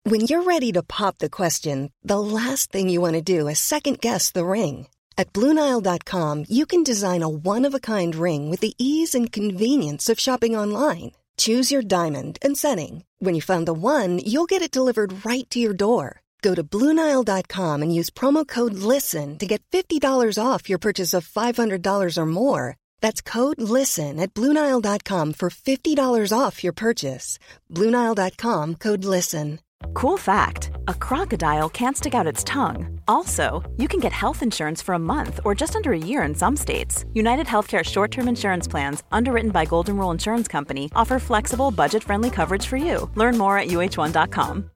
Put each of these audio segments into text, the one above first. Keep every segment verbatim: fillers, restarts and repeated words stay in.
When you're ready to pop the question, the last thing you want to do is second-guess the ring. At Blue Nile dot com, you can design a one-of-a-kind ring with the ease and convenience of shopping online. Choose your diamond and setting. When you find the one, you'll get it delivered right to your door. Go to Blue Nile dot com and use promo code LISTEN to get fifty dollars off your purchase of five hundred dollars or more. That's code LISTEN at Blue Nile dot com for fifty dollars off your purchase. Blue Nile dot com, code LISTEN. Cool fact, a crocodile can't stick out its tongue. Also, you can get health insurance for a month or just under a year in some states. United Healthcare short-term insurance plans, underwritten by Golden Rule Insurance Company, offer flexible, budget-friendly coverage for you. Learn more at U H one dot com.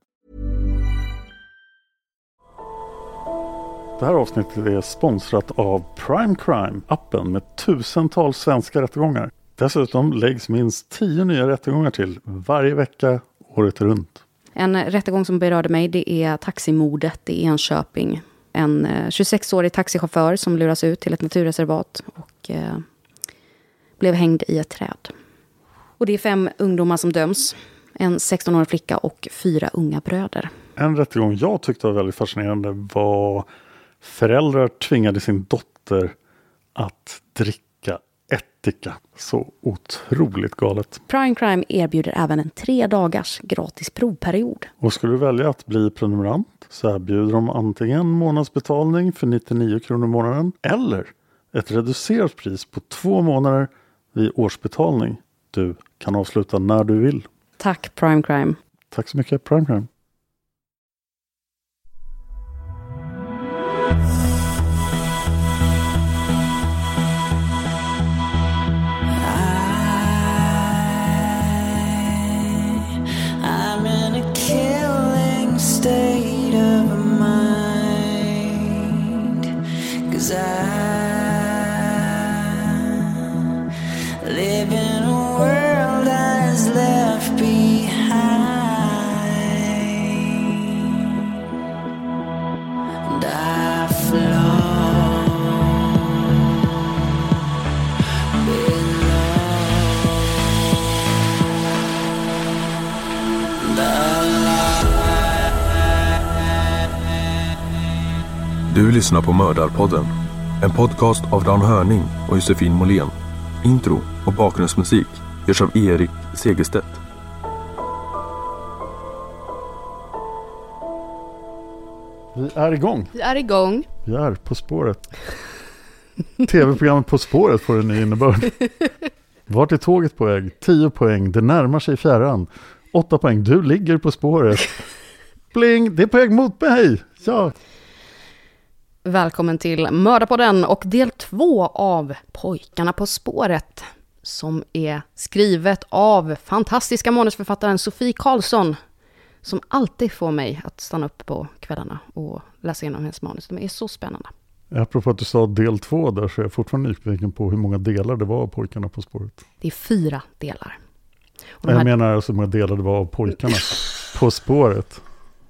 Det här avsnittet är sponsrat av Prime Crime, appen med tusentals svenska rättegångar. Dessutom läggs minst tio nya rättegångar till varje vecka, året runt. En rättegång som berörde mig, det är taximordet i Enköping. En tjugosex-årig taxichaufför som luras ut till ett naturreservat och eh, blev hängd i ett träd. Och det är fem ungdomar som döms. En sexton-årig flicka och fyra unga bröder. En rättegång jag tyckte var väldigt fascinerande var föräldrar tvingade sin dotter att dricka ättika. Så otroligt galet. Prime Crime erbjuder även en tre dagars gratis provperiod. Och skulle du välja att bli prenumerant så erbjuder de antingen månadsbetalning för nittionio kronor i månaden eller ett reducerat pris på två månader vid årsbetalning. Du kan avsluta när du vill. Tack Prime Crime. Tack så mycket Prime Crime. State of mind, 'cause I live in a world that is left behind, and I flow below the Du lyssnar på Mördarpodden, en podcast av Dan Hörning och Josefin Måhlén. Intro och bakgrundsmusik görs av Erik Segerstedt. Vi är igång. Vi är igång. Vi är på spåret. Tv-programmet På spåret får en ny innebörd. Vart är tåget på väg? tio poäng. Det närmar sig fjärran. åtta poäng. Du ligger på spåret. Bling, det är på väg mot mig. Ja. Välkommen till Mördarpodden och del två av Pojkarna på spåret, som är skrivet av fantastiska manusförfattaren Sofie Karlsson, som alltid får mig att stanna upp på kvällarna och läsa igenom hennes manus. De är så spännande. Apropå att du sa del två där, så är jag fortfarande nyfiken på hur många delar det var av Pojkarna på spåret. Det är fyra delar. Och de jag här... menar alltså hur många delar det var av Pojkarna på spåret.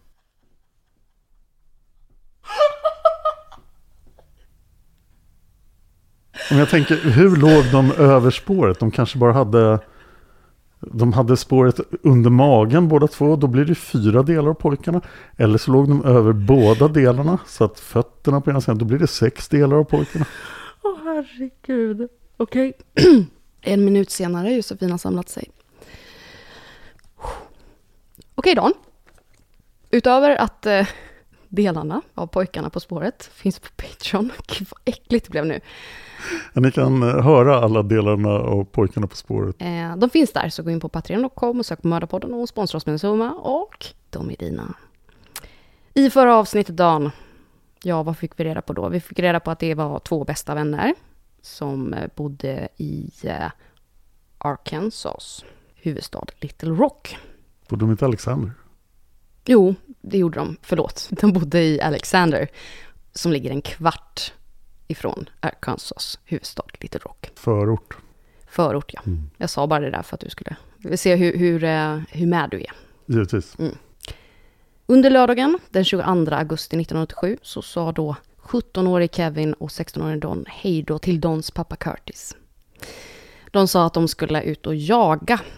Om jag tänker, hur låg de över spåret? De kanske bara hade de hade spåret under magen båda två. Då blir det fyra delar av Pojkarna. Eller så låg de över båda delarna, så att fötterna på ena sidan, då blir det sex delar av Pojkarna. Åh oh, herregud. Okej. Okay. En minut senare har Josefin samlat sig. Okej okay, Dan. Utöver att eh, delarna av Pojkarna på spåret finns på Patreon. Gud vad äckligt det blev nu. Ja, ni kan höra alla delarna av Pojkarna på spåret. Eh, de finns där, så gå in på patreon dot com och sök på Mördarpodden och sponsra oss med en summa, och de är dina. I förra avsnittet, Dan, ja, vad fick vi reda på då? Vi fick reda på att det var två bästa vänner som bodde i eh, Arkansas huvudstad Little Rock. Bodde de inte i Alexander? Jo, det gjorde de. Förlåt. De bodde i Alexander, som ligger en kvart ifrån Arkansas huvudstad Little Rock. Förort. Förort, ja. Mm. Jag sa bara det där för att du skulle se hur, hur, hur med du är. Givetvis. Mm. Under lördagen den tjugoandra augusti nittonhundraåttiosju så sa då sjutton-årig Kevin och sexton-årig Don hej då till Dons pappa Curtis. De sa att de skulle ut och jaga.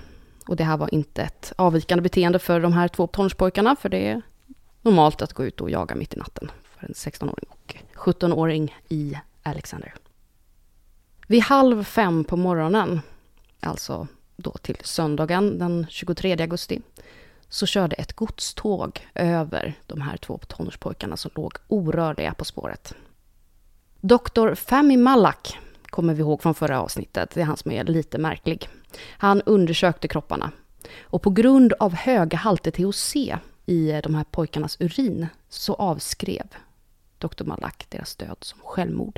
Och det här var inte ett avvikande beteende för de här två tonårspojkarna, för det är normalt att gå ut och jaga mitt i natten för en sexton-åring och sjutton-åring i Alexander. Vid halv fem på morgonen, alltså då till söndagen den tjugotredje augusti, så körde ett godståg över de här två tonårspojkarna som låg orörliga på spåret. doktor Fahmy Malak kommer vi ihåg från förra avsnittet. Det är han som är lite märklig. Han undersökte kropparna. Och på grund av höga halter T H C i de här pojkarnas urin så avskrev doktor Malak deras död som självmord.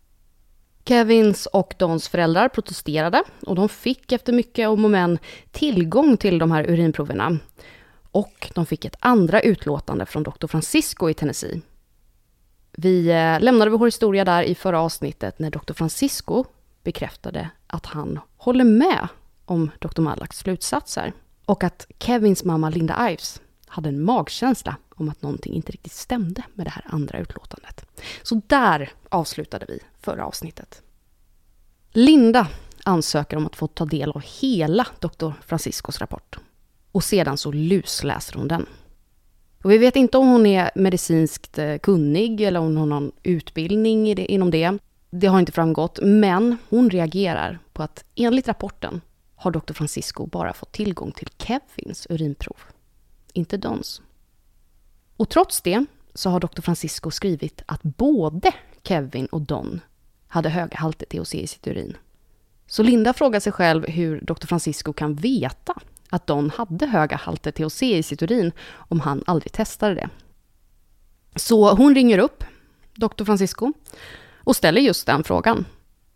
Kevins och Dons föräldrar protesterade och de fick efter mycket om och men tillgång till de här urinproverna. Och de fick ett andra utlåtande från doktor Francisco i Tennessee. Vi lämnade vår historia där i förra avsnittet när doktor Francisco bekräftade att han håller med om doktor Malaks slutsatser. Och att Kevins mamma Linda Ives hade en magkänsla om att någonting inte riktigt stämde med det här andra utlåtandet. Så där avslutade vi förra avsnittet. Linda ansöker om att få ta del av hela doktor Franciscos rapport. Och sedan så lusläser hon den. Och vi vet inte om hon är medicinskt kunnig eller om hon har någon utbildning i det, inom det. Det har inte framgått, men hon reagerar på att enligt rapporten har doktor Francisco bara fått tillgång till Kevins urinprov, inte Dons. Och trots det så har doktor Francisco skrivit att både Kevin och Don hade höga halter T H C i sitt urin. Så Linda frågar sig själv hur doktor Francisco kan veta att Don hade höga halter T H C i sitt urin om han aldrig testade det. Så hon ringer upp doktor Francisco och ställer just den frågan.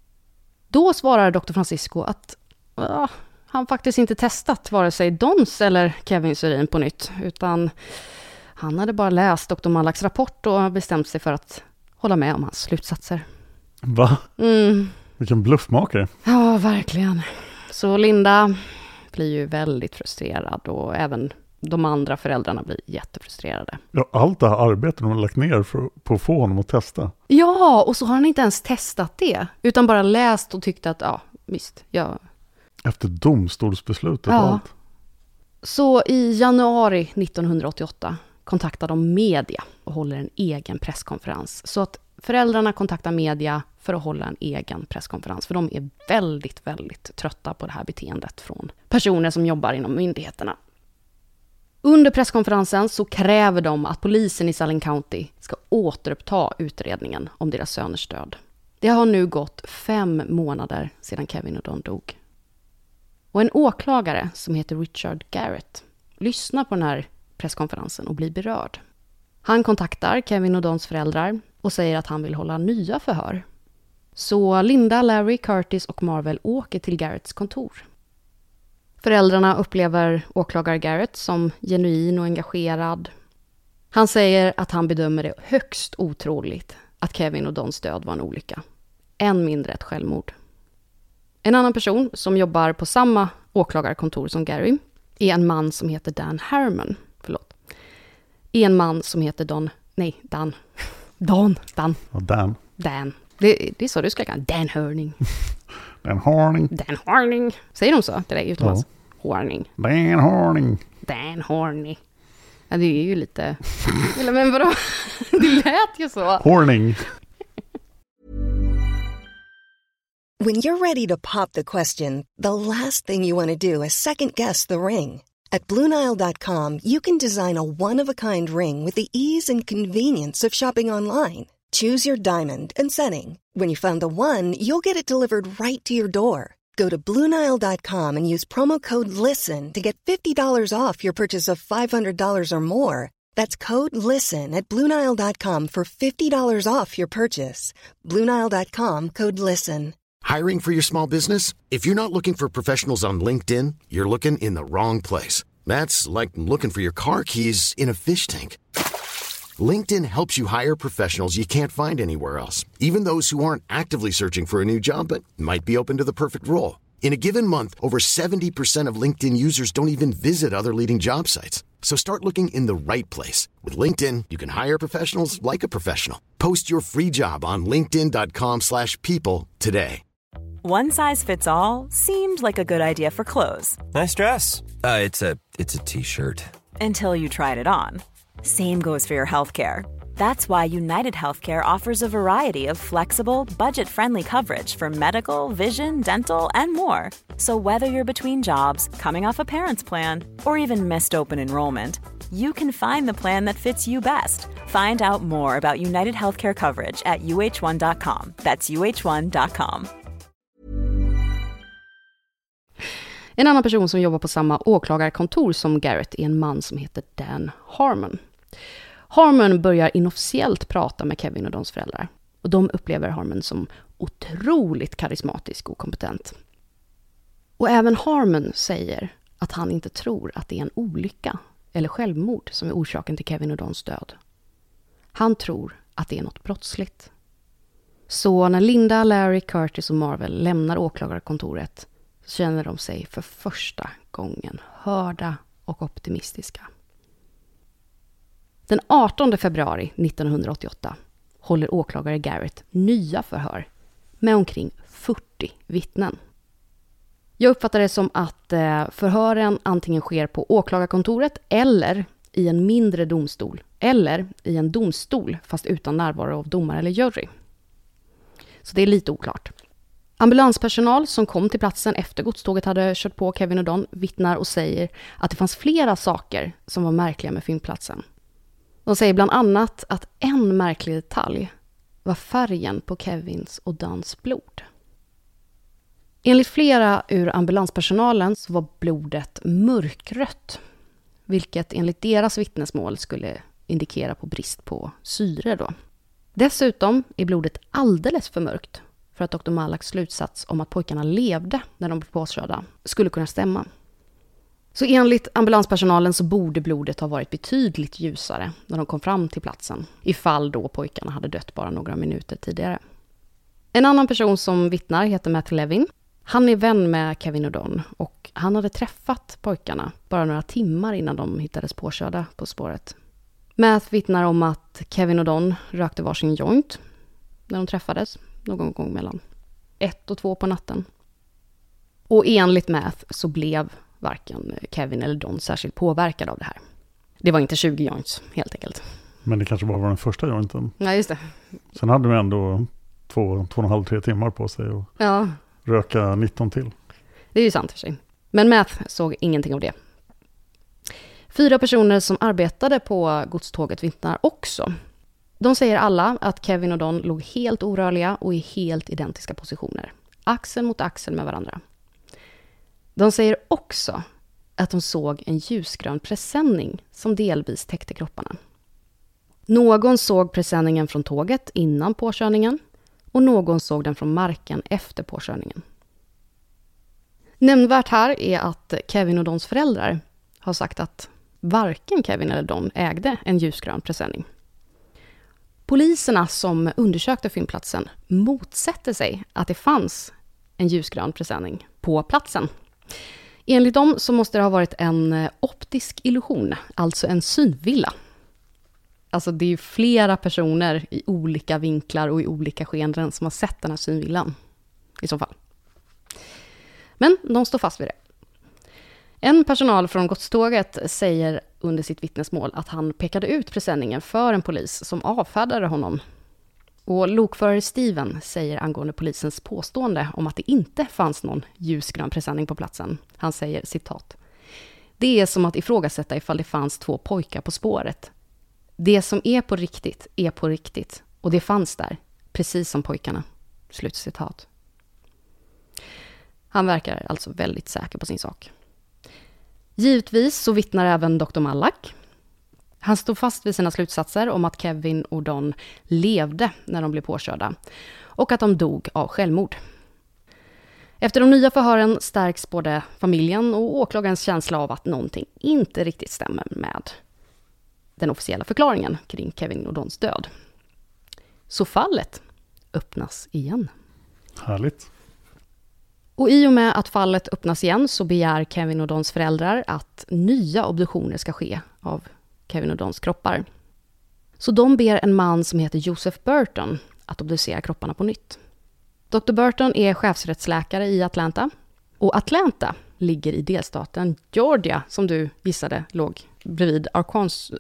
Då svarar doktor Francisco att uh, han faktiskt inte testat vare sig Dons eller Kevins urin på nytt, utan han hade bara läst doktor Malaks rapport och bestämt sig för att hålla med om hans slutsatser. Va? Mm. Vilken bluffmakare. Ja, verkligen. Så Linda blir ju väldigt frustrerad och även de andra föräldrarna blir jättefrustrerade. Ja, allt det här arbetet de har lagt ner för, på att få honom att testa. Ja, och så har han inte ens testat det, utan bara läst och tyckte att ja, visst, ja. Efter domstolsbeslutet och Ja. allt. Så i januari nittonhundraåttioåtta kontaktar de media och håller en egen presskonferens. Så att föräldrarna kontaktar media för att hålla en egen presskonferens. För de är väldigt, väldigt trötta på det här beteendet från personer som jobbar inom myndigheterna. Under presskonferensen så kräver de att polisen i Saline County ska återuppta utredningen om deras söners död. Det har nu gått fem månader sedan Kevin och Don dog. Och en åklagare som heter Richard Garrett lyssnar på den här presskonferensen och blir berörd. Han kontaktar Kevin och Dons föräldrar och säger att han vill hålla nya förhör. Så Linda, Larry, Curtis och Marvel åker till Garretts kontor. Föräldrarna upplever åklagare Garrett som genuin och engagerad. Han säger att han bedömer det högst otroligt att Kevin och Dons död var en olycka. Än mindre ett självmord. En annan person som jobbar på samma åklagarkontor som Gary är en man som heter Dan Harmon. Förlåt. Är en man som heter Don... Nej, Dan. Don. Dan. Ja, Dan. Dan. Det, det är så du ska kalla Dan Horning. Dan Horning. Dan Horning. Säger de så till dig utomlands? Ja. Horning. Dan Horning. Dan Horning. Ja, det är ju lite... Eller men vadå? Det lät ju så. Horning. When you're ready to pop the question, the last thing you want to do is second-guess the ring. At Blue Nile dot com, you can design a one-of-a-kind ring with the ease and convenience of shopping online. Choose your diamond and setting. When you find the one, you'll get it delivered right to your door. Go to Blue Nile dot com and use promo code LISTEN to get fifty dollars off your purchase of five hundred dollars or more. That's code LISTEN at Blue Nile dot com for fifty dollars off your purchase. Blue Nile dot com, code LISTEN. Hiring for your small business? If you're not looking for professionals on LinkedIn, you're looking in the wrong place. That's like looking for your car keys in a fish tank. LinkedIn helps you hire professionals you can't find anywhere else, even those who aren't actively searching for a new job but might be open to the perfect role. In a given month, over seventy percent of LinkedIn users don't even visit other leading job sites. So start looking in the right place. With LinkedIn, you can hire professionals like a professional. Post your free job on linkedin dot com slash people today. One size fits all seemed like a good idea for clothes. Nice dress. Uh, it's a it's a t-shirt. Until you tried it on. Same goes for your healthcare. That's why United Healthcare offers a variety of flexible, budget-friendly coverage for medical, vision, dental, and more. So whether you're between jobs, coming off a parent's plan, or even missed open enrollment, you can find the plan that fits you best. Find out more about United Healthcare coverage at u h one dot com. That's u h one dot com. En annan person som jobbar på samma åklagarkontor som Garrett är en man som heter Dan Harmon. Harmon börjar inofficiellt prata med Kevin och Dons föräldrar. Och de upplever Harmon som otroligt karismatisk och kompetent. Och även Harmon säger att han inte tror att det är en olycka eller självmord som är orsaken till Kevin och Dons död. Han tror att det är något brottsligt. Så när Linda, Larry, Curtis och Marvel lämnar åklagarkontoret så känner de sig för första gången hörda och optimistiska. Den artonde februari nittonhundraåttioåtta håller åklagare Garrett nya förhör med omkring fyrtio vittnen. Jag uppfattar det som att förhören antingen sker på åklagarkontoret eller i en mindre domstol eller i en domstol fast utan närvaro av domare eller jury. Så det är lite oklart. Ambulanspersonal som kom till platsen efter godståget hade kört på Kevin och Don vittnar och säger att det fanns flera saker som var märkliga med fyndplatsen. De säger bland annat att en märklig detalj var färgen på Kevins och Dons blod. Enligt flera ur ambulanspersonalen så var blodet mörkrött, vilket enligt deras vittnesmål skulle indikera på brist på syre då. Dessutom är blodet alldeles för mörkt för att doktor Malaks slutsats om att pojkarna levde när de blev påkörda skulle kunna stämma. Så enligt ambulanspersonalen så borde blodet ha varit betydligt ljusare när de kom fram till platsen, ifall då pojkarna hade dött bara några minuter tidigare. En annan person som vittnar heter Matt Levin. Han är vän med Kevin och Don och han hade träffat pojkarna bara några timmar innan de hittades påkörda på spåret. Matt vittnar om att Kevin och Don rökte varsin joint när de träffades någon gång mellan ett och två på natten. Och enligt Matt så blev varken Kevin eller Don särskilt påverkade av det här. Det var inte tjugo joints helt enkelt. Men det kanske bara var den första jointen. Ja, just det. Sen hade de ändå två, två och en halv, tre timmar på sig och ja. röka nitton till. Det är ju sant för sig. Men Matt såg ingenting av det. Fyra personer som arbetade på godståget vittnar också. De säger alla att Kevin och Don låg helt orörliga och i helt identiska positioner. Axel mot axel med varandra. De säger också att de såg en ljusgrön presenning som delvis täckte kropparna. Någon såg presenningen från tåget innan påkörningen och någon såg den från marken efter påkörningen. Nämnvärt här är att Kevin och Dons föräldrar har sagt att varken Kevin eller Don ägde en ljusgrön presenning. Poliserna som undersökte fyndplatsen motsätter sig att det fanns en ljusgrön presenning på platsen. Enligt dem så måste det ha varit en optisk illusion, alltså en synvilla. Alltså det är ju flera personer i olika vinklar och i olika skeenden som har sett den här synvillan i så fall. Men de står fast vid det. En personal från godståget säger under sitt vittnesmål att han pekade ut presenningen för en polis som avfärdade honom. Och lokförare Steven säger angående polisens påstående om att det inte fanns någon ljusgrön presenning på platsen. Han säger citat: "Det är som att ifrågasätta ifall det fanns två pojkar på spåret. Det som är på riktigt är på riktigt och det fanns där, precis som pojkarna." Slutcitat. Han verkar alltså väldigt säker på sin sak. Givetvis så vittnar även doktor Malak. Han stod fast vid sina slutsatser om att Kevin och Don levde när de blev påkörda och att de dog av självmord. Efter de nya förhören stärks både familjen och åklagarens känsla av att någonting inte riktigt stämmer med den officiella förklaringen kring Kevin och Dons död. Så fallet öppnas igen. Härligt. Och i och med att fallet öppnas igen så begär Kevin och Dons föräldrar att nya obduktioner ska ske av Kevin och Dons kroppar. Så de ber en man som heter Joseph Burton att obducera kropparna på nytt. doktor Burton är chefsrättsläkare i Atlanta. Och Atlanta ligger i delstaten Georgia, som du gissade låg bredvid Arkansas.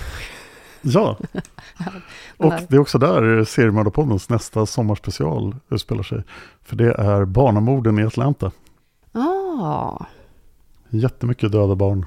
Ja, och det är också där Seriemördarpoddens nästa sommarspecial utspelar sig. För det är barnamorden i Atlanta. Ah. Jättemycket döda barn.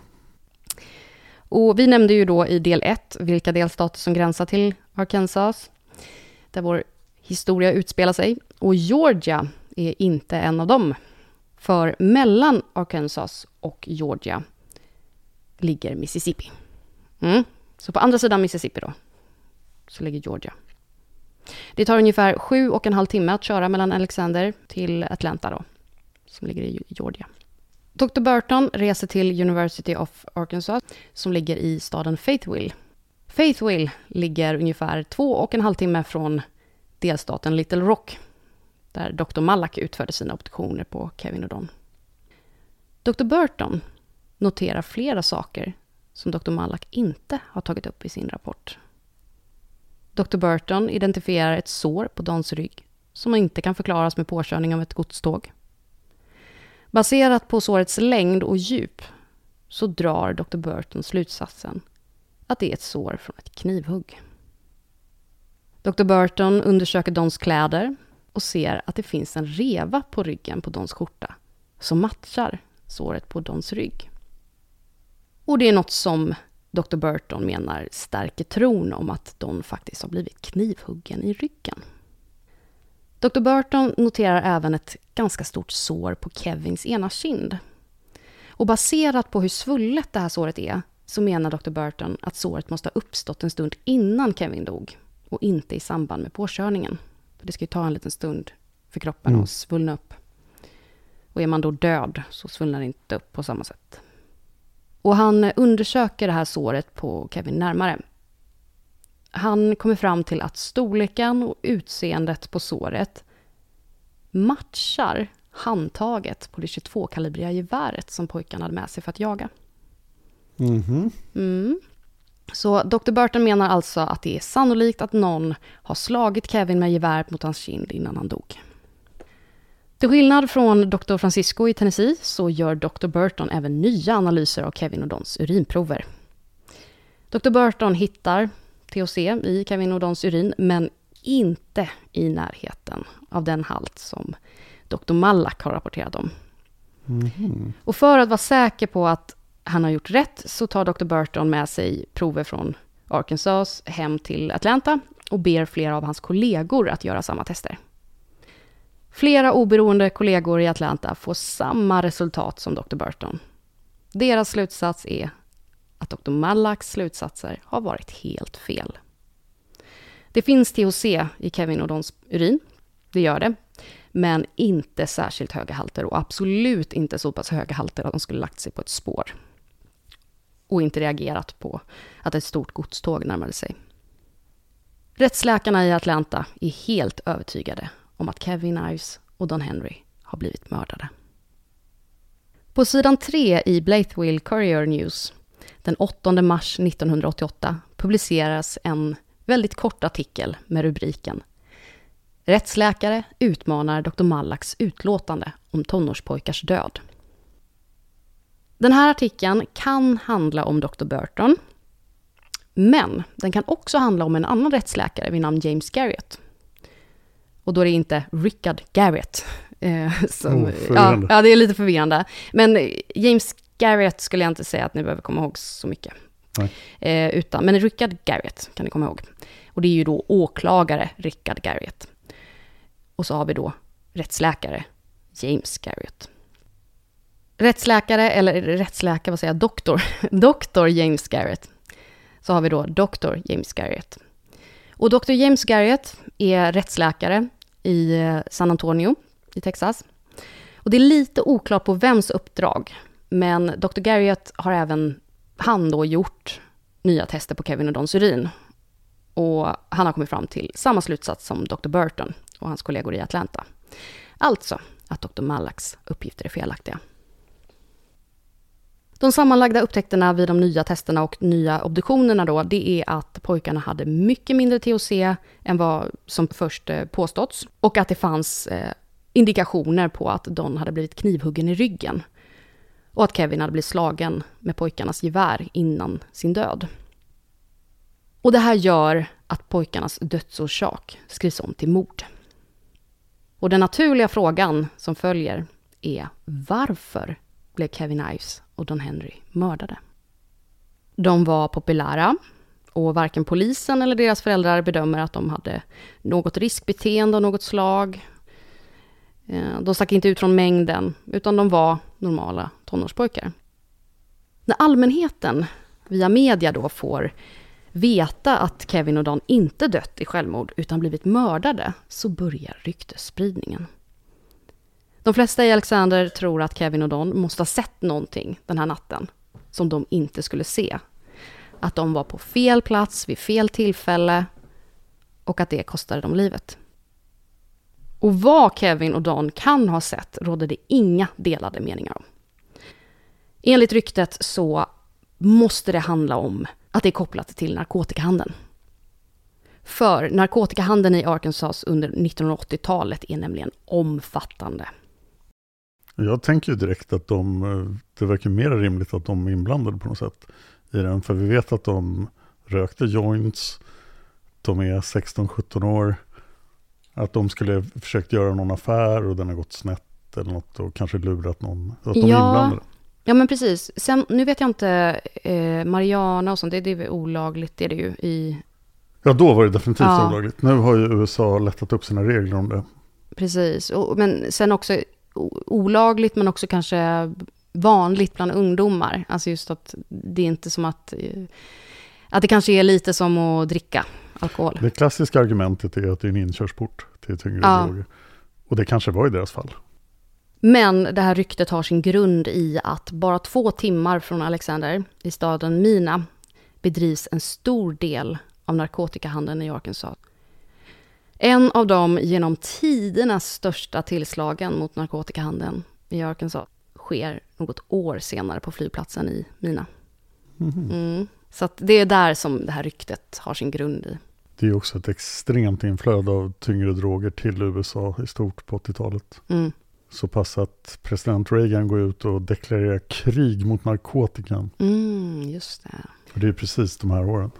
Och vi nämnde ju då i del ett vilka delstater som gränsar till Arkansas, där vår historia utspelar sig. Och Georgia är inte en av dem. För mellan Arkansas och Georgia ligger Mississippi. Mm. Så på andra sidan Mississippi då, så ligger Georgia. Det tar ungefär sju och en halv timme att köra mellan Alexander till Atlanta då, som ligger i Georgia. doktor Burton reser till University of Arkansas, som ligger i staden Fayetteville. Fayetteville ligger ungefär två och en halv timme från delstaten Little Rock, där doktor Malak utförde sina obduktioner på Kevin och Don. doktor Burton noterar flera saker som doktor Malak inte har tagit upp i sin rapport. doktor Burton identifierar ett sår på Dons rygg som inte kan förklaras med påkörning av ett godståg. Baserat på sårets längd och djup så drar doktor Burton slutsatsen att det är ett sår från ett knivhugg. doktor Burton undersöker Dons kläder och ser att det finns en reva på ryggen på Dons skjorta som matchar såret på Dons rygg. Och det är något som doktor Burton menar stärker tron om att Don faktiskt har blivit knivhuggen i ryggen. doktor Burton noterar även ett ganska stort sår på Kevins ena kind. Och baserat på hur svullet det här såret är så menar doktor Burton att såret måste ha uppstått en stund innan Kevin dog och inte i samband med påkörningen. För det ska ju ta en liten stund för kroppen mm. att svullna upp. Och är man då död så svullnar det inte upp på samma sätt. Och han undersöker det här såret på Kevin närmare. Han kommer fram till att storleken och utseendet på såret matchar handtaget på det tjugotvå-kalibriga geväret som pojken hade med sig för att jaga. Mm-hmm. Mm. Så doktor Burton menar alltså att det är sannolikt att någon har slagit Kevin med geväret mot hans kind innan han dog. Till skillnad från doktor Francisco i Tennessee så gör doktor Burton även nya analyser av Kevin och Dons urinprover. doktor Burton hittar T H C i Kevin och Dons urin, men inte i närheten av den halt som doktor Malak har rapporterat om. Mm-hmm. Och för att vara säker på att han har gjort rätt så tar doktor Burton med sig prover från Arkansas hem till Atlanta och ber flera av hans kollegor att göra samma tester. Flera oberoende kollegor i Atlanta får samma resultat som doktor Burton. Deras slutsats är att doktor Malaks slutsatser har varit helt fel. Det finns T H C i Kevin och Dons urin, det gör det, men inte särskilt höga halter och absolut inte så pass höga halter att de skulle lagt sig på ett spår. Och inte reagerat på att ett stort godståg närmade sig. Rättsläkarna i Atlanta är helt övertygade om att Kevin Ives och Don Henry har blivit mördade. På sidan tre i Blytheville Courier News den åttonde mars nittonhundraåttioåtta publiceras en väldigt kort artikel med rubriken Rättsläkare utmanar doktor Malaks utlåtande om tonårspojkars död. Den här artikeln kan handla om doktor Burton, men den kan också handla om en annan rättsläkare vid namn James Garrett. Och då är det inte Rickard Garrett. Eh, som, oh, ja, ja, det är lite förvirrande. Men James Garrett skulle jag inte säga att ni behöver komma ihåg så mycket. Eh, utan, men Rickard Garrett kan ni komma ihåg. Och det är ju då åklagare Rickard Garrett. Och så har vi då rättsläkare James Garrett. Rättsläkare, eller rättsläkare, vad säger jag, doktor. doktor James Garrett. Så har vi då doktor James Garrett. Och doktor James Garrett är rättsläkare i San Antonio i Texas. Och det är lite oklart på vems uppdrag. Men doktor Garrett har även han då gjort nya tester på Kevin och Dons urin. Och han har kommit fram till samma slutsats som doktor Burton och hans kollegor i Atlanta. Alltså att doktor Malaks uppgifter är felaktiga. De sammanlagda upptäckterna vid de nya testerna och nya obduktionerna då, det är att pojkarna hade mycket mindre T H C än vad som först eh, påståtts. Och att det fanns eh, indikationer på att Don hade blivit knivhuggen i ryggen. Och att Kevin hade blivit slagen med pojkarnas gevär innan sin död. Och det här gör att pojkarnas dödsorsak skrivs om till mord. Och den naturliga frågan som följer är: varför blev Kevin Ives och Don Henry mördade? De var populära och varken polisen eller deras föräldrar bedömer att de hade något riskbeteende av något slag. De stack inte ut från mängden, utan de var normala tonårspojkar. När allmänheten via media då får veta att Kevin och Don inte dött i självmord utan blivit mördade, så börjar ryktesspridningen. De flesta i Alexander tror att Kevin och Don måste ha sett någonting den här natten som de inte skulle se. Att de var på fel plats vid fel tillfälle och att det kostade dem livet. Och vad Kevin och Don kan ha sett råder det inga delade meningar om. Enligt ryktet så måste det handla om att det är kopplat till narkotikahandeln. För narkotikahandeln i Arkansas under nittonhundraåttiotalet är nämligen omfattande. Jag tänker ju direkt att de, det verkar mer rimligt att de är inblandade på något sätt i den. För vi vet att de rökte joints, de är sexton sjutton år. Att de skulle försökt göra någon affär och den har gått snett eller något och kanske lurat någon. Att de ja, är inblandade. Ja, men precis. Sen, nu vet jag inte, eh, Mariana och sånt, det, det är olagligt, det är det ju i... Ja, då var det definitivt ja. olagligt. Nu har ju U S A lättat upp sina regler om det. Precis, och, men sen också olagligt men också kanske vanligt bland ungdomar. Alltså just att det är inte som att... Att det kanske är lite som att dricka alkohol. Det klassiska argumentet är att det är en inkörsport till tyngre ja. droger. Och det kanske var i deras fall. Men det här ryktet har sin grund i att bara två timmar från Alexander i staden Mina bedrivs en stor del av narkotikahandeln i Arkansas. En av dem genom tidernas största tillslagen mot narkotikahandeln i Arkansas sker något år senare på flygplatsen i Mina. Mm. Mm. Så att det är där som det här ryktet har sin grund i. Det är också ett extremt inflöde av tyngre droger till U S A i stort på åttiotalet. Mm. Så pass att president Reagan går ut och deklarerar krig mot narkotikan. Mm, just det. Och det är precis de här åren.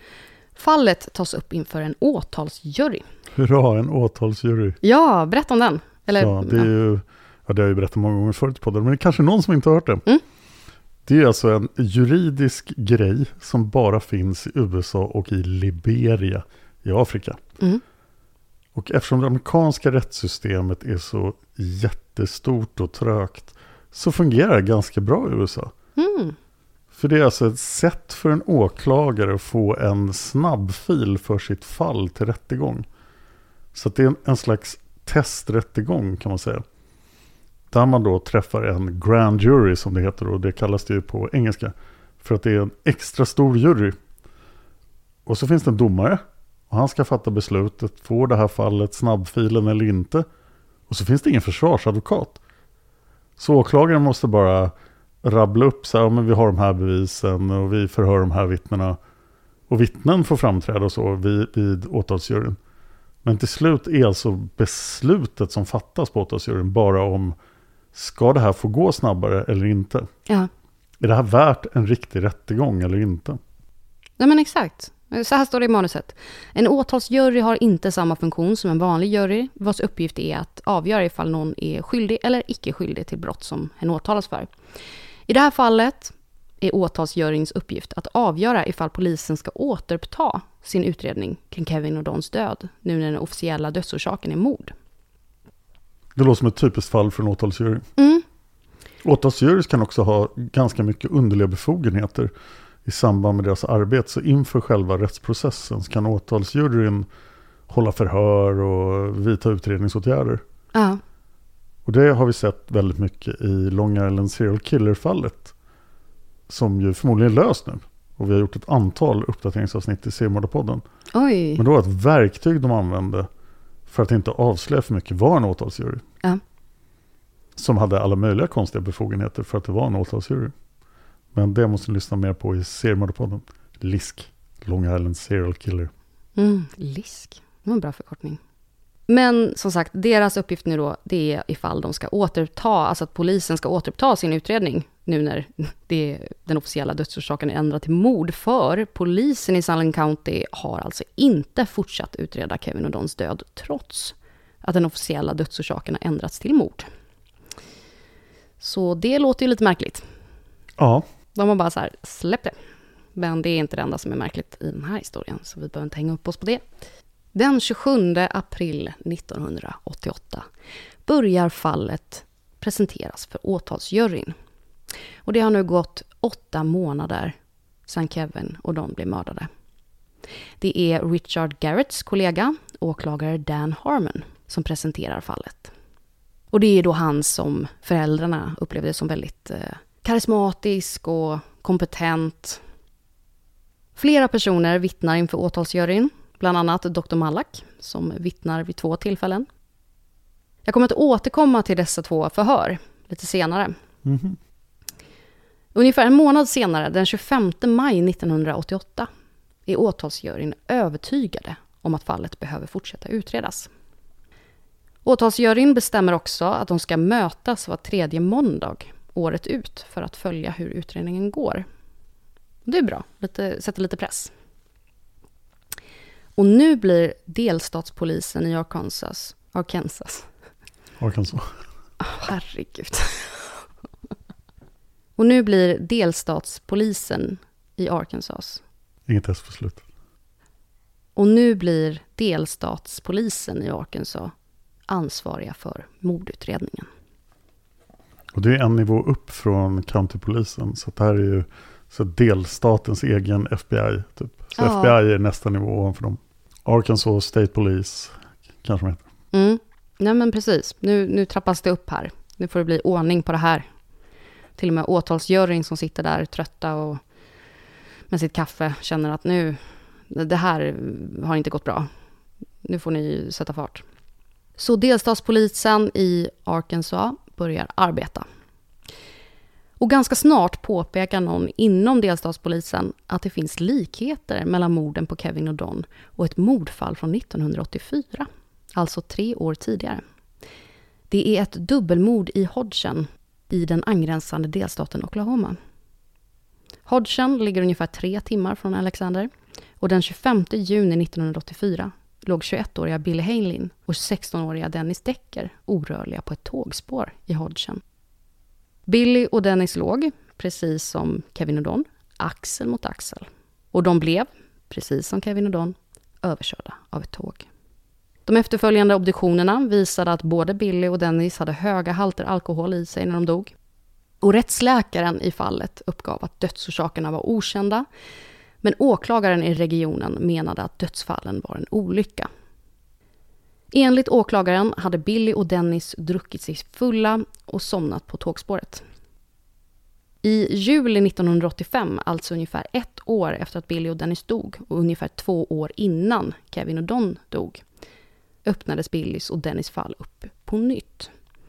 Fallet tas upp inför en åtalsjury. Hurra, en åtalsjury. Ja, berätta om den. Eller, ja, det är ju, ja, det har jag ju berättat många gånger förut på det, men det är kanske någon som inte har hört det. Mm. Det är alltså en juridisk grej som bara finns i U S A och i Liberia i Afrika. Mm. Och eftersom det amerikanska rättssystemet är så jättestort och trögt så fungerar det ganska bra i U S A. Mm. För det är alltså ett sätt för en åklagare att få en snabbfil för sitt fall till rättegång. Så att det är en, en slags testrättegång kan man säga. Där man då träffar en grand jury som det heter och det kallas det ju på engelska. För att det är en extra stor jury. Och så finns det en domare och han ska fatta beslutet. Får det här fallet snabbfilen eller inte? Och så finns det ingen försvarsadvokat. Så åklagaren måste bara rabbla upp så här, ja, men vi har de här bevisen och vi förhör de här vittnena. Och vittnen får framträda och så vid, vid åtalsjuryn. Men till slut är alltså beslutet som fattas på åtalsjuryn bara om ska det här få gå snabbare eller inte? Ja. Är det här värt en riktig rättegång eller inte? Nej, men exakt. Så här står det i manuset. En åtalsjury har inte samma funktion som en vanlig jury, vars uppgift är att avgöra ifall någon är skyldig eller icke skyldig till brott som hen åtalas för. I det här fallet är åtalsjuryns uppgift att avgöra ifall polisen ska återuppta sin utredning kring Kevin och Dons död nu när den officiella dödsorsaken är mord. Det låter som ett typiskt fall för en åtalsjury. Mm. Åtalsjury kan också ha ganska mycket underliga befogenheter i samband med deras arbete. Så inför själva rättsprocessen så kan åtalsjuryn hålla förhör och vidta utredningsåtgärder. Ja. Och det har vi sett väldigt mycket i Long Island Serial Killer-fallet. Som ju förmodligen är löst nu. Och vi har gjort ett antal uppdateringsavsnitt i Seriemördarpodden. Oj. Men då var ett verktyg de använde för att inte avslöja för mycket var en åtalsjury. Ja. Som hade alla möjliga konstiga befogenheter för att det var en åtalsjury. Men det måste ni lyssna mer på i seriemördarpodden. L I S K, Long Island Serial Killer. Mm, L I S K, det var en bra förkortning. Men som sagt, deras uppgift nu då, det är ifall de ska återuppta, alltså att polisen ska återuppta sin utredning nu när det, den officiella dödsorsaken är ändrad till mord. För polisen i Sullivan County har alltså inte fortsatt utreda Kevin O'Dons död trots att den officiella dödsorsaken har ändrats till mord. Så det låter ju lite märkligt. Ja. De har bara så här, släpp det. Men det är inte det enda som är märkligt i den här historien, så vi behöver inte hänga upp oss på det. Den tjugosjunde april nittonhundraåttioåtta börjar fallet presenteras för åtalsjuryn. Och det har nu gått åtta månader sedan Kevin och Don blev mördade. Det är Richard Garretts kollega, åklagare Dan Harmon, som presenterar fallet. Och det är då han som föräldrarna upplevde som väldigt eh, karismatisk och kompetent. Flera personer vittnar inför åtalsjuryn, bland annat doktor Malak som vittnar vid två tillfällen. Jag kommer att återkomma till dessa två förhör lite senare. Mm-hmm. Ungefär en månad senare, den tjugofemte maj nittonhundraåttioåtta, är åtalsjuryn övertygade om att fallet behöver fortsätta utredas. Åtalsjuryn bestämmer också att de ska mötas var tredje måndag året ut för att följa hur utredningen går. Det är bra, lite, sätter lite press. Och nu blir delstatspolisen i Arkansas, Arkansas. Arkansas. Oh, herregud. Och nu blir delstatspolisen i Arkansas. Inget S för slut. Och nu blir delstatspolisen i Arkansas ansvariga för mordutredningen. Och det är en nivå upp från countypolisen. Så det här är ju så delstatens egen F B I. Typ. Så ja. F B I är nästa nivå ovanför dem. Arkansas State Police kanske man heter. Mm. Nej men precis. Nu, nu trappas det upp här. Nu får det bli ordning på det här. Till och med åtalsjuryn som sitter där trötta och med sitt kaffe känner att nu, det här har inte gått bra. Nu får ni sätta fart. Så delstatspolisen i Arkansas börjar arbeta. Och ganska snart påpekar någon inom delstatspolisen att det finns likheter mellan morden på Kevin och Don och ett mordfall från nittonhundraåttiofyra, alltså tre år tidigare. Det är ett dubbelmord i Hodgen i den angränsande delstaten Oklahoma. Hodgen ligger ungefär tre timmar från Alexander och den tjugofemte juni nittonhundraåttiofyra låg tjugoettåriga Billy Hanlin och sextonåriga Dennis Decker orörliga på ett tågspår i Hodgen. Billy och Dennis låg, precis som Kevin och Don, axel mot axel. Och de blev, precis som Kevin och Don, överkörda av ett tåg. De efterföljande obduktionerna visade att både Billy och Dennis hade höga halter alkohol i sig när de dog. Och rättsläkaren i fallet uppgav att dödsorsakerna var okända, men åklagaren i regionen menade att dödsfallen var en olycka. Enligt åklagaren hade Billy och Dennis druckit sig fulla och somnat på tågspåret. I juli nittonhundraåttiofem, alltså ungefär ett år efter att Billy och Dennis dog och ungefär två år innan Kevin och Don dog, öppnades Billys och Dennis fall upp på nytt.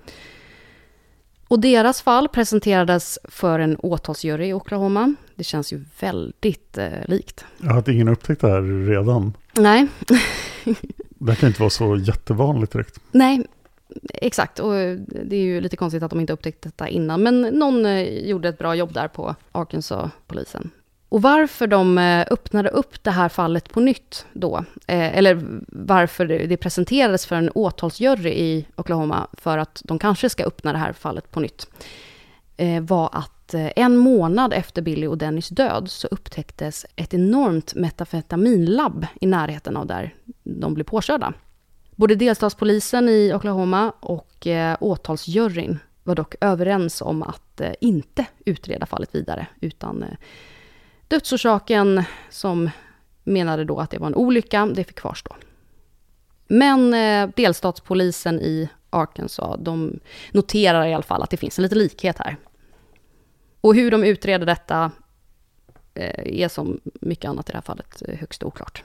Och deras fall presenterades för en åtalsjury i Oklahoma. Det känns ju väldigt eh, likt. Jag hade ingen upptäckt det här redan. Nej. Det kan inte vara så jättevanligt direkt. Nej, exakt. Och det är ju lite konstigt att de inte upptäckt detta innan. Men någon eh, gjorde ett bra jobb där på Arkansas-polisen. Och varför de eh, öppnade upp det här fallet på nytt då, eh, eller varför det presenterades för en åtalsjury i Oklahoma för att de kanske ska öppna det här fallet på nytt, eh, var att eh, en månad efter Billy och Dennis död så upptäcktes ett enormt metafetaminlabb i närheten av där de blev påkörda. Både delstatspolisen i Oklahoma och eh, åtalsjuryn var dock överens om att eh, inte utreda fallet vidare, utan eh, dödsorsaken som menade då att det var en olycka, det fick kvarstå. Men eh, delstatspolisen i Arkansas, de noterar i alla fall att det finns en liten likhet här. Och hur de utreder detta eh, är som mycket annat i det här fallet högst oklart.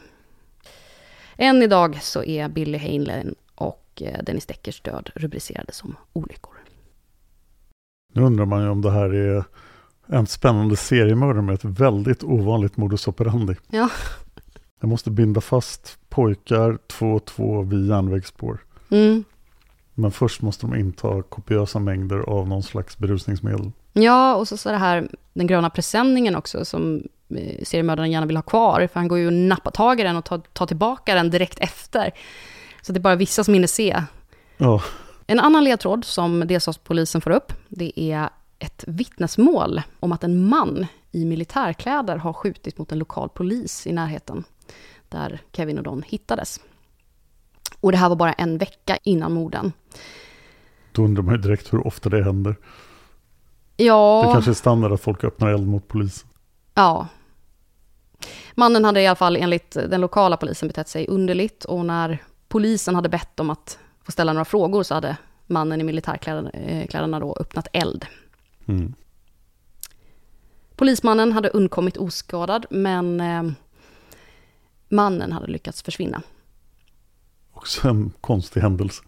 Än idag så är Billy Hanlin och eh, Dennis Deckers död rubricerade som olyckor. Nu undrar man ju om det här är En spännande seriemördare med ett väldigt ovanligt modus operandi. Ja. Jag måste binda fast pojkar två och två vid järnvägsspår. Mm. Men först måste de inta kopiösa mängder av någon slags berusningsmedel. Ja, och så, så det här, den gröna presenningen också som eh, seriemördaren gärna vill ha kvar. För han går ju och nappar tag i den och tar, tar tillbaka den direkt efter. Så det är bara vissa som hinner se. Ja. En annan ledtråd som delstatspolisen får upp, det är ett vittnesmål om att en man i militärkläder har skjutit mot en lokal polis i närheten där Kevin och Don hittades. Och det här var bara en vecka innan morden. Då undrar man ju direkt hur ofta det händer. Ja. Det kanske är standard att folk öppnar eld mot polisen. Ja. Mannen hade i alla fall enligt den lokala polisen betett sig underligt, och när polisen hade bett om att få ställa några frågor så hade mannen i militärkläderna då öppnat eld. Mm. Polismannen hade undkommit oskadad, men eh, mannen hade lyckats försvinna. Också en konstig händelse.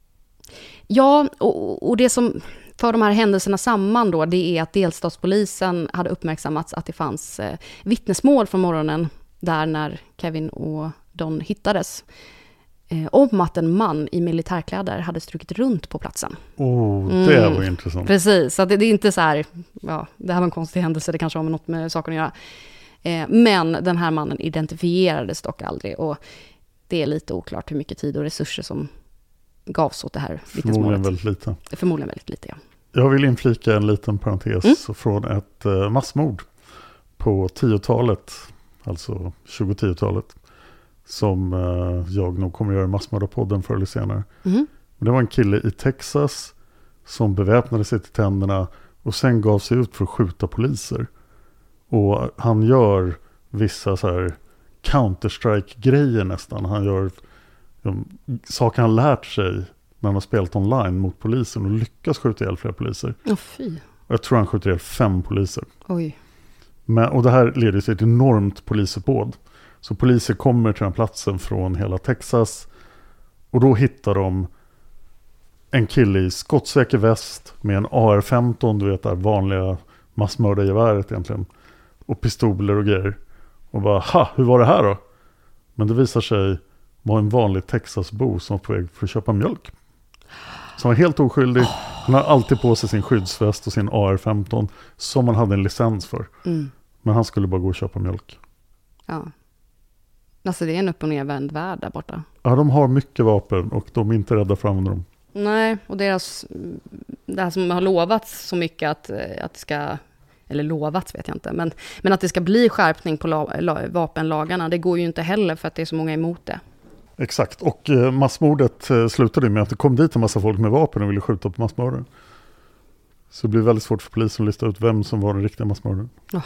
Ja, och, och det som för de här händelserna samman då, det är att delstatspolisen hade uppmärksammats att det fanns eh, vittnesmål från morgonen där när Kevin och Don hittades. Eh, om att en man i militärkläder hade strukit runt på platsen. Oh, det Mm. var intressant. Precis, så det, det är inte så här, ja, det här var en konstig händelse, det kanske har med något med saken att göra. Eh, men den här mannen identifierades dock aldrig, och det är lite oklart hur mycket tid och resurser som gavs åt det här vittnesmålet. Förmodligen väldigt lite. Förmodligen väldigt lite, ja. Jag vill inflika en liten parentes mm. från ett uh, massmord på tiotalet, alltså tjugo-tiotalet, som uh, jag nog kommer göra massmördarpodden förr eller senare. Mm. Det var en kille i Texas som beväpnade sig till tänderna och sen gav sig ut för att skjuta poliser. Och han gör vissa så här Counter-Strike-grejer nästan. Han gör de, saker han lärt sig när han har spelat online mot polisen och lyckas skjuta ihjäl flera poliser. Åh, fy. Jag tror han skjuter ihjäl fem poliser. Oj. Men, och det här leder till ett enormt polisuppbåd. Så poliser kommer till den här platsen från hela Texas, och då hittar de en kille i skottsäker väst med en A R femton, du vet, det vanliga massmördargeväret egentligen, och pistoler och grejer. Och bara, ha, hur var det här då? Men det visar sig vara en vanlig Texasbo som var på väg för att köpa mjölk. Som var helt oskyldig. Han har alltid på sig sin skyddsväst och sin A R femton som han hade en licens för. Mm. Men han skulle bara gå och köpa mjölk. Ja. Alltså det är en upp- och nedvänd värld där borta. Ja, de har mycket vapen och de är inte rädda för att använda dem. Nej, och deras, det här som har lovats så mycket att, att det ska, eller lovats vet jag inte, men, men att det ska bli skärpning på la, la, vapenlagarna, det går ju inte heller för att det är så många emot det. Exakt, och eh, massmordet eh, slutade med att det kom dit en massa folk med vapen och ville skjuta på massmördaren. Så det blir väldigt svårt för polisen att lista ut vem som var den riktiga massmördaren. Oh.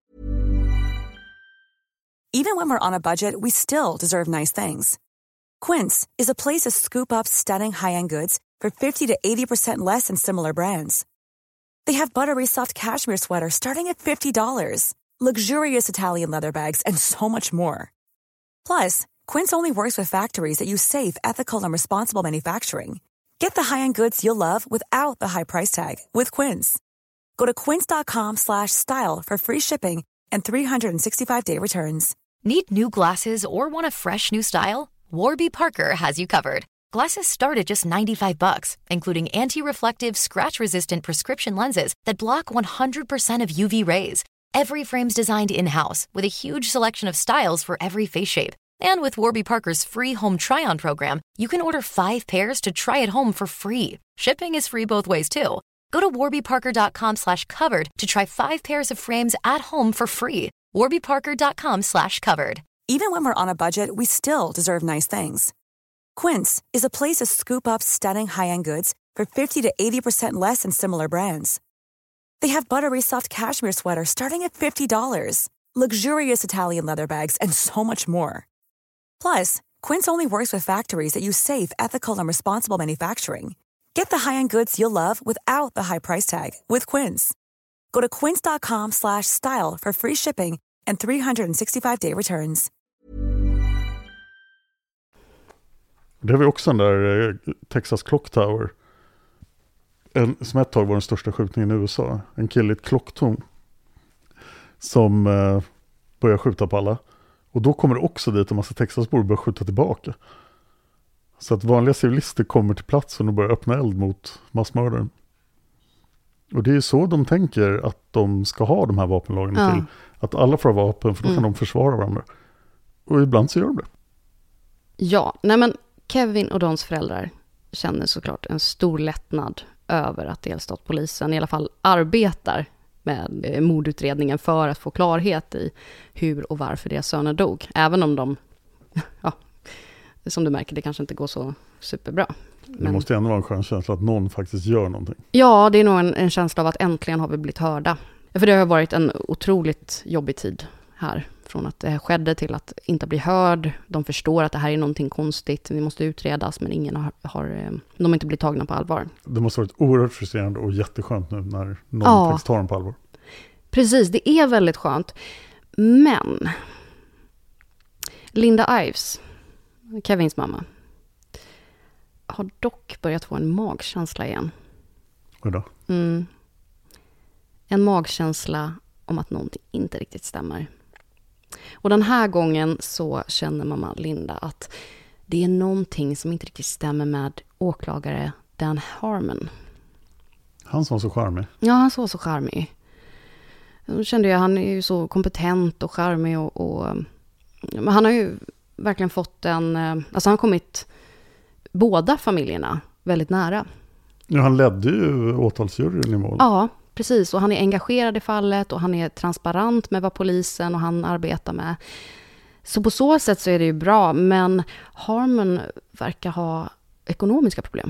Even when we're on a budget, we still deserve nice things. Quince is a place to scoop up stunning high-end goods for fifty to eighty percent less than similar brands. They have buttery soft cashmere sweaters starting at fifty dollars, luxurious Italian leather bags, and so much more. Plus, Quince only works with factories that use safe, ethical, and responsible manufacturing. Get the high-end goods you'll love without the high price tag with Quince. Go to quince.com slash style for free shipping and three sixty-five day returns. Need new glasses or want a fresh new style? Warby Parker has you covered. Glasses start at just ninety-five bucks, including anti-reflective, scratch-resistant prescription lenses that block one hundred percent of U V rays. Every frame's designed in-house with a huge selection of styles for every face shape. And with Warby Parker's free home try-on program, you can order five pairs to try at home for free. Shipping is free both ways, too. Go to warbyparker.com slash covered to try five pairs of frames at home for free. warbyparker.com slash covered. Even when we're on a budget, we still deserve nice things. Quince is a place to scoop up stunning high-end goods for fifty to eighty percent less than similar brands. They have buttery soft cashmere sweaters starting at fifty dollars, luxurious Italian leather bags, and so much more. Plus, Quince only works with factories that use safe, ethical, and responsible manufacturing. Get the high-end goods you'll love without the high price tag with Quince. Go to quince.com slash style for free shipping and three sixty-five day returns. Det har vi också den där eh, Texas Clock Tower. En, som ett tag var den största skjutningen i U S A. En kille i ett klocktorn som eh, börjar skjuta på alla. Och då kommer det också dit en massa Texasbor och börjar skjuta tillbaka. Så att vanliga civilister kommer till platsen och börjar öppna eld mot massmördaren. Och det är så de tänker att de ska ha de här vapenlagarna Ja. till. Att alla får ha vapen, för då kan Mm. de försvara varandra. Och ibland så gör de det. Ja, nej men Kevin och Dons föräldrar känner såklart en stor lättnad över att delstatspolisen i alla fall arbetar med eh, mordutredningen för att få klarhet i hur och varför deras söner dog. Även om de, ja, som du märker, det kanske inte går så superbra. Det Men, måste ändå vara en skön känsla att någon faktiskt gör någonting. ja, det är nog en, en känsla av att äntligen har vi blivit hörda. För det har varit en otroligt jobbig tid här. Från att det här skedde till att inte bli hörd. De förstår att det här är någonting konstigt. Vi måste utredas, men ingen har, har de har inte blivit tagna på allvar. Det måste ha varit oerhört frustrerande och jätteskönt nu när någon Ja. faktiskt tar dem på allvar. Precis, det är väldigt skönt. Men Linda Ives, Kevins mamma, har dock börjat få en magkänsla igen. Och då? Mm. En magkänsla om att någonting inte riktigt stämmer. Och den här gången så känner mamma Linda att det är någonting som inte riktigt stämmer med åklagare Dan Harmon. Han som var så charmig. Ja, han var så charmig. Då kände jag, han är ju så kompetent och charmig och, och men han har ju verkligen fått en, alltså han har kommit båda familjerna väldigt nära. Ja, han ledde ju åtalsjuryn i mål. Ja, precis. Och han är engagerad i fallet och han är transparent med vad polisen och han arbetar med. Så på så sätt så är det ju bra, men Harmon verkar ha ekonomiska problem.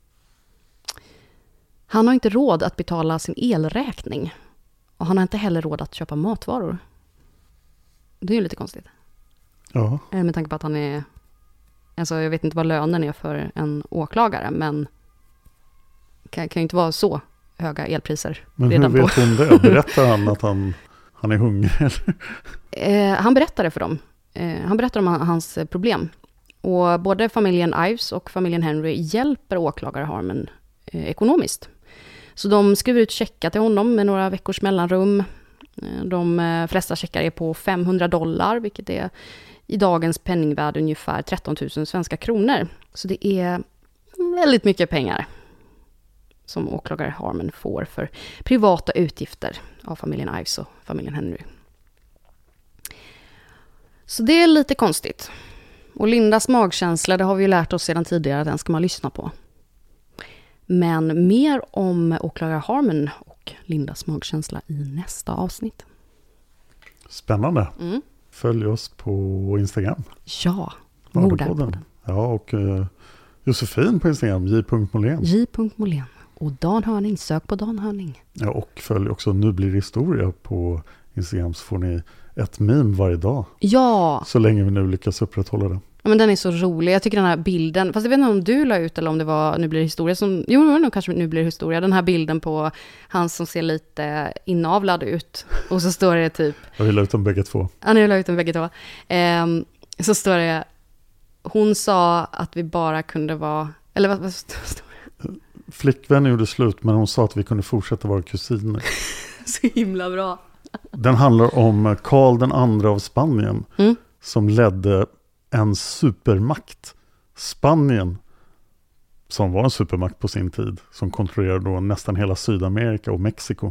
Han har inte råd att betala sin elräkning och han har inte heller råd att köpa matvaror. Det är ju lite konstigt. Ja. Med tanke på att han är, alltså jag vet inte vad lönen är för en åklagare, men kan, kan ju inte vara så höga elpriser. Men redan hur vet på. hon det? Berättar han att han, han är hungrig? Eller? Eh, han berättar det för dem. Eh, han berättar om hans problem. Och både familjen Ives och familjen Henry hjälper åklagare Harmon eh, ekonomiskt. Så de skriver ut checkar till honom med några veckors mellanrum. Eh, de eh, flesta checkar är på femhundra dollar, vilket är i dagens penningvärde ungefär tretton tusen svenska kronor. Så det är väldigt mycket pengar som åklagare Harmon får för privata utgifter av familjen Ives och familjen Henry. Så det är lite konstigt. Och Lindas magkänsla, det har vi ju lärt oss sedan tidigare att den ska man lyssna på. Men mer om åklagare Harmon och Lindas magkänsla i nästa avsnitt. Spännande. Mm. Följ oss på Instagram. Ja, Mördarpodden. Mördarpodden. Ja, och uh, Josefin på Instagram, j punkt molén. J. Molén. Och Dan Hörning, sök på Dan Hörning. Ja, och följ också Nu blir det historia på Instagram, så får ni ett meme varje dag. Ja. Så länge vi nu lyckas upprätthålla det. Ja, men den är så rolig. Jag tycker den här bilden, fast jag vet inte om du la ut eller om det var Nu blir det historia som, jo, det var nog kanske Nu blir det historia. Den här bilden på han som ser lite inavlad ut. Och så står det typ, Jag vill la ut dem bägge två. ja, nu la ut dem bägge två. Ehm, så står det, hon sa att vi bara kunde vara, eller vad, vad står det? Flickvän gjorde slut, men hon sa att vi kunde fortsätta vara kusiner. Så himla bra. Den handlar om Karl den andra av Spanien, Mm. som ledde en supermakt. Spanien, som var en supermakt på sin tid, som kontrollerade då nästan hela Sydamerika och Mexiko.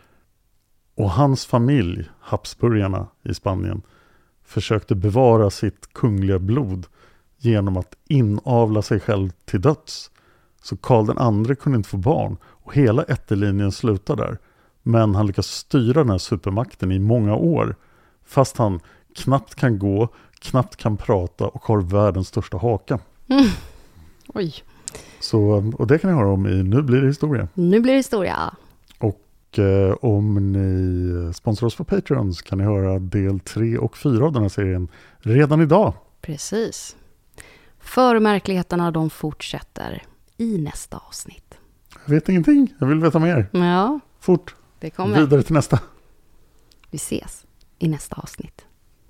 Och hans familj, Habsburgarna i Spanien, försökte bevara sitt kungliga blod genom att inavla sig själv till döds. Så Karl den andra kunde inte få barn och hela ättelinjen slutar där. Men han lyckas styra den här supermakten i många år, fast han knappt kan gå, knappt kan prata och har världens största haka. Mm. Oj. Så, och det kan ni höra om i Nu blir det historia. Nu blir det historia. Och eh, om ni sponsrar oss på Patreon så kan ni höra del tre och fyra av den här serien redan idag. Precis. Förmärkligheterna, de fortsätter i nästa avsnitt. Jag vet ingenting, jag vill veta mer. Ja, Fort, det kommer. vidare till nästa. Vi ses i nästa avsnitt.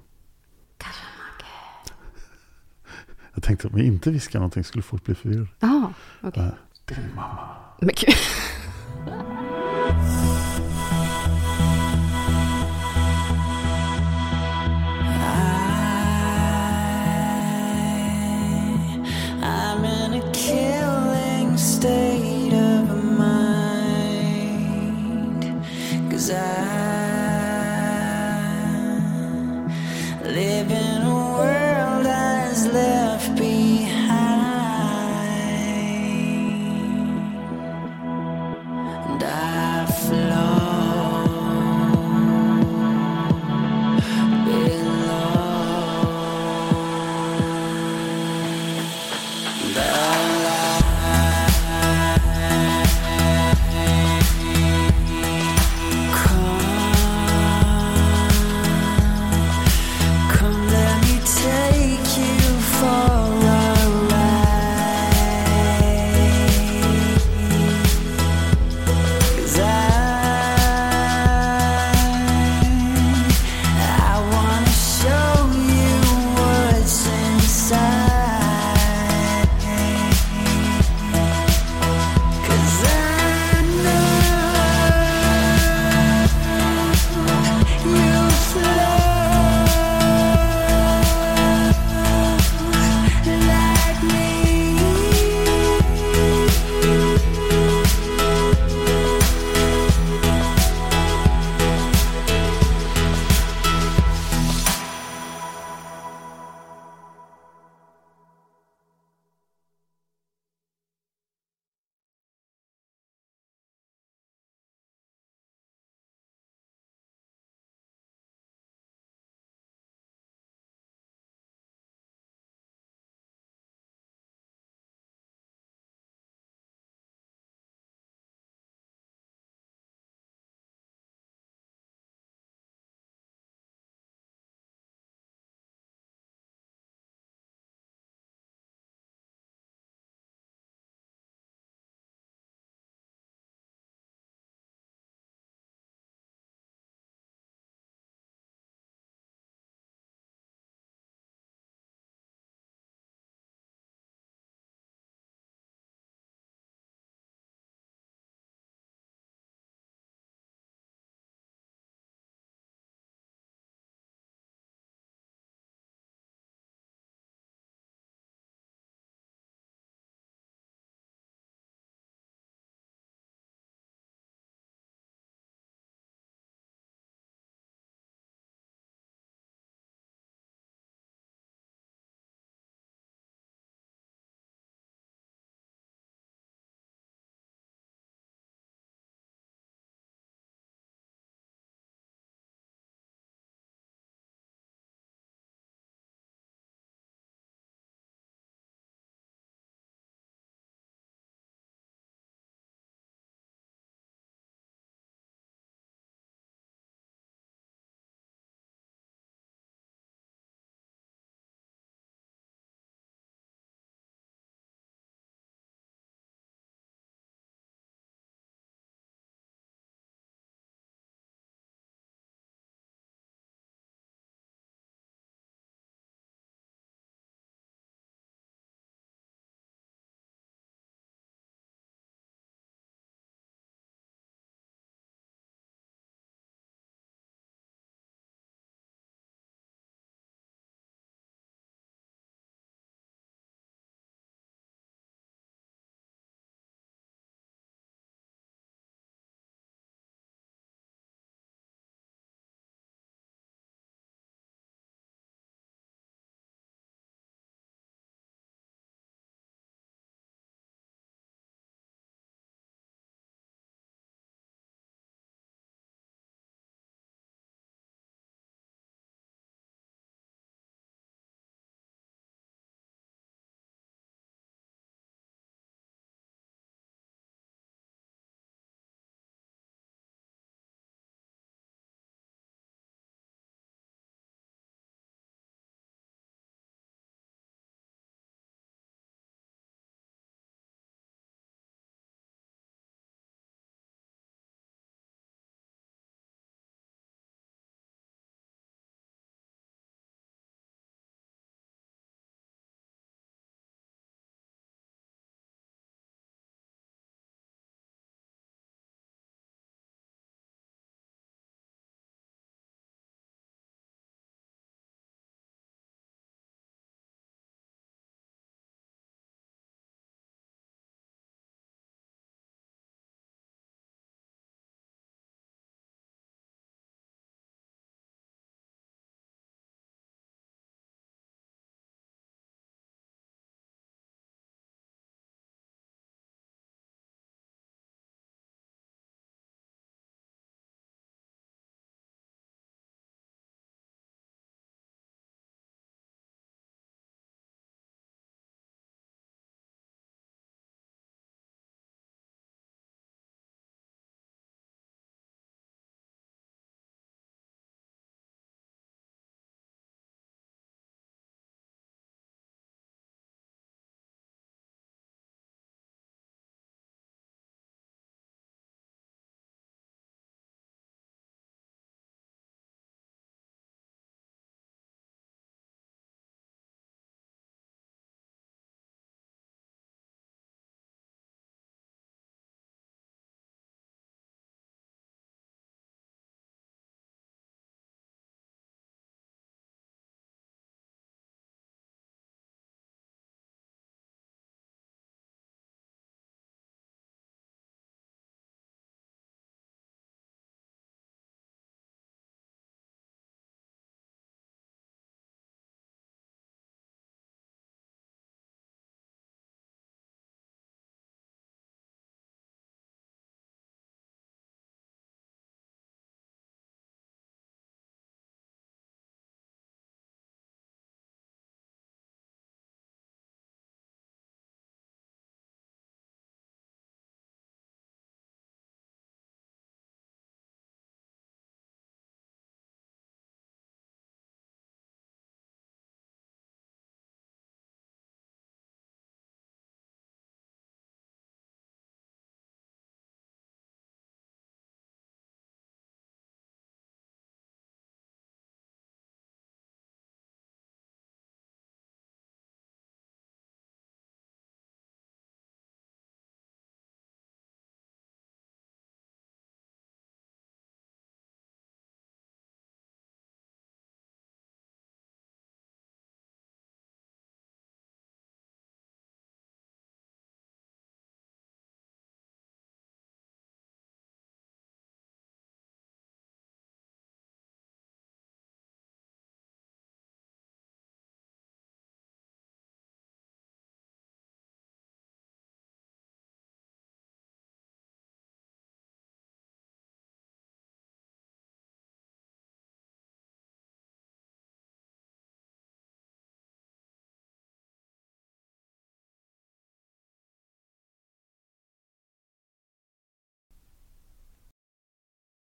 Jag tänkte att om vi inte viskar någonting skulle folk bli förvirrade. Jaha, okej. Din mamma. Men gud.